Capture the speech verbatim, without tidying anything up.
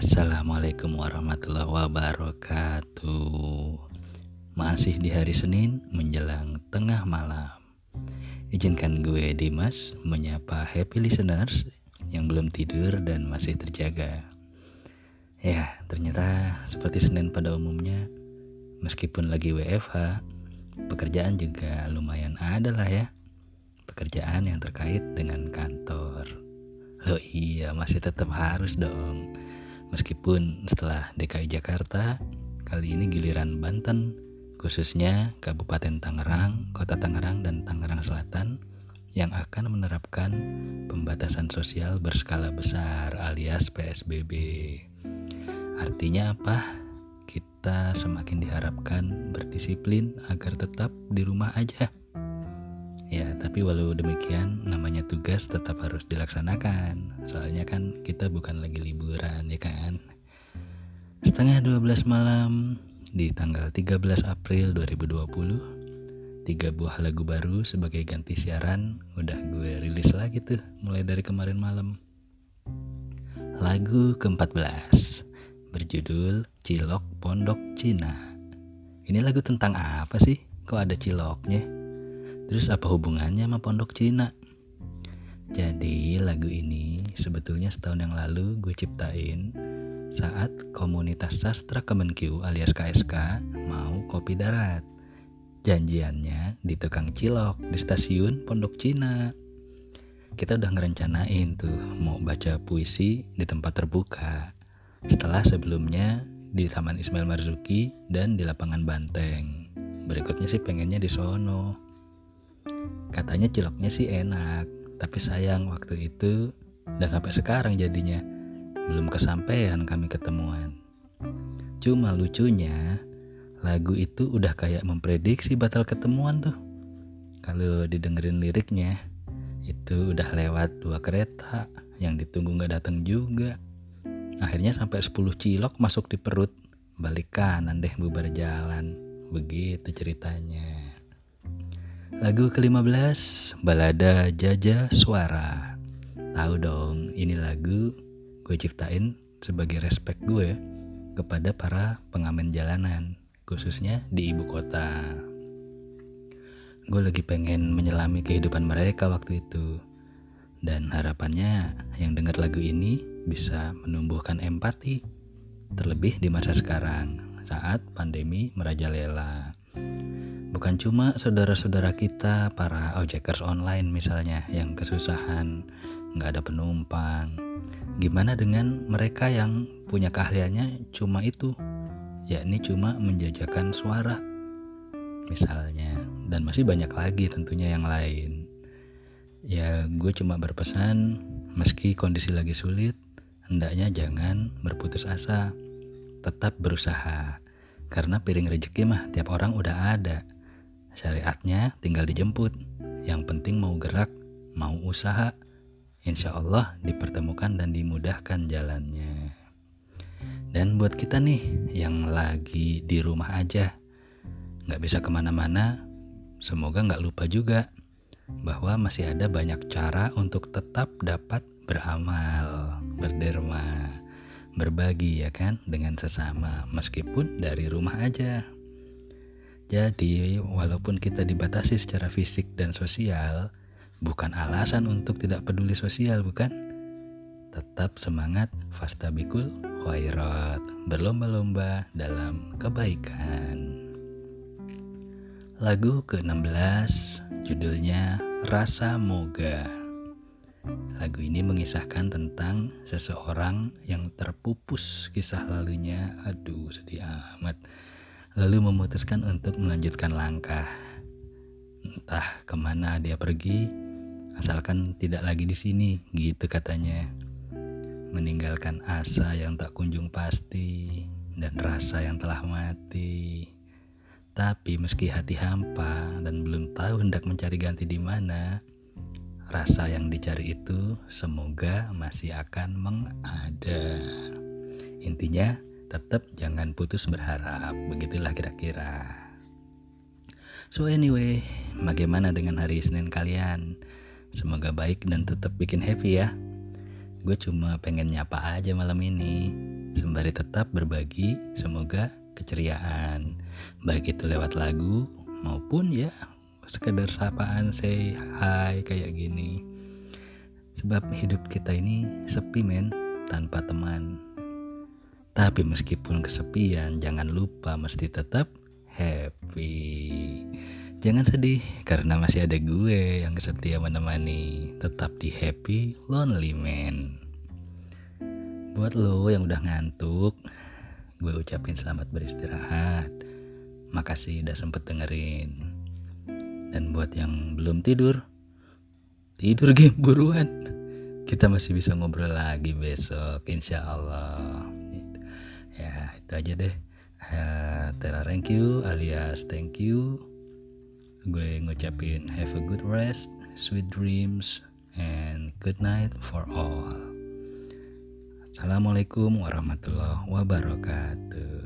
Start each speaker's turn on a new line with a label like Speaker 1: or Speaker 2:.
Speaker 1: Assalamualaikum warahmatullahi wabarakatuh. Masih di hari Senin menjelang tengah malam. Izinkan gue Dimas menyapa happy listeners yang belum tidur dan masih terjaga. Ya, ternyata seperti Senin pada umumnya, meskipun lagi W F H, pekerjaan juga lumayan ada lah ya. Pekerjaan yang terkait dengan kantor. Loh iya, masih tetap harus dong. Meskipun setelah D K I Jakarta, kali ini giliran Banten, khususnya Kabupaten Tangerang, Kota Tangerang dan Tangerang Selatan yang akan menerapkan pembatasan sosial berskala besar alias P S B B. Artinya apa? Kita semakin diharapkan berdisiplin agar tetap di rumah aja. Ya, tapi walau demikian namanya tugas tetap harus dilaksanakan. Soalnya kan kita bukan lagi liburan, ya kan? Setengah dua belas malam di tanggal tiga belas April dua ribu dua puluh, tiga buah lagu baru sebagai ganti siaran udah gue rilis lagi tuh mulai dari kemarin malam. Lagu keempat belas berjudul Cilok Pondok Cina. Ini lagu tentang apa sih? Kok ada ciloknya? Terus apa hubungannya sama Pondok Cina? Jadi lagu ini sebetulnya setahun yang lalu gue ciptain saat komunitas sastra Kemenkyu alias K S K mau kopi darat. Janjiannya di tukang cilok di stasiun Pondok Cina. Kita udah ngerencanain tuh mau baca puisi di tempat terbuka. Setelah sebelumnya di Taman Ismail Marzuki dan di lapangan Banteng. Berikutnya sih pengennya di sono. Katanya ciloknya sih enak, tapi sayang waktu itu dan sampai sekarang jadinya belum kesampaian kami ketemuan. Cuma lucunya lagu itu udah kayak memprediksi batal ketemuan tuh. Kalau didengerin liriknya itu udah lewat dua kereta yang ditunggu gak datang juga. Akhirnya sampai sepuluh cilok masuk di perut, balik kanan deh bubar jalan. Begitu ceritanya. Lagu kelima belas, Balada Jaja Suara. Tahu dong, ini lagu gue ciptain sebagai respect gue kepada para pengamen jalanan, khususnya di ibu kota. Gue lagi pengen menyelami kehidupan mereka waktu itu. Dan harapannya yang dengar lagu ini bisa menumbuhkan empati. Terlebih di masa sekarang, saat pandemi merajalela. Bukan cuma saudara-saudara kita, para ojekers online misalnya, yang kesusahan, gak ada penumpang. Gimana dengan mereka yang punya keahliannya cuma itu, yakni cuma menjajakan suara, misalnya. Dan masih banyak lagi tentunya yang lain. Ya gue cuma berpesan, meski kondisi lagi sulit, hendaknya jangan berputus asa, tetap berusaha. Karena piring rezeki mah tiap orang udah ada. Syariatnya tinggal dijemput. Yang penting mau gerak, mau usaha. Insya Allah dipertemukan dan dimudahkan jalannya. Dan buat kita nih yang lagi di rumah aja, gak bisa kemana-mana, semoga gak lupa juga bahwa masih ada banyak cara untuk tetap dapat beramal, berderma, berbagi ya kan dengan sesama meskipun dari rumah aja. Jadi walaupun kita dibatasi secara fisik dan sosial, bukan alasan untuk tidak peduli sosial, bukan? Tetap semangat fastabikul khairat, berlomba-lomba dalam kebaikan. Lagu ke enam belas judulnya Rasa Moga. Lagu ini mengisahkan tentang seseorang yang terpupus kisah lalunya, aduh sedih amat, lalu memutuskan untuk melanjutkan langkah. Entah kemana dia pergi, asalkan tidak lagi di sini, gitu katanya. Meninggalkan asa yang tak kunjung pasti dan rasa yang telah mati. Tapi meski hati hampa dan belum tahu hendak mencari ganti di mana, rasa yang dicari itu semoga masih akan mengada. Intinya tetap jangan putus berharap, begitulah kira-kira. So anyway, bagaimana dengan hari Senin kalian? Semoga baik dan tetap bikin happy ya. Gue cuma pengen nyapa aja malam ini. sembari tetap berbagi semoga keceriaan, baik itu lewat lagu maupun ya sekedar sapaan, say hi kayak gini. Sebab hidup kita ini sepi men, tanpa teman. Tapi meskipun kesepian, jangan lupa mesti tetap happy. Jangan sedih karena masih ada gue yang setia menemani. Tetap di Happy Lonely Man. Buat lo yang udah ngantuk, gue ucapin selamat beristirahat. Makasih udah sempet dengerin. Dan buat yang belum tidur, tidur game buruan. Kita masih bisa ngobrol lagi besok, insya Allah. Ya itu aja deh. uh, Tera thank you alias thank you. Gue ngucapin have a good rest, sweet dreams, and good night for all. Assalamualaikum warahmatullahi wabarakatuh.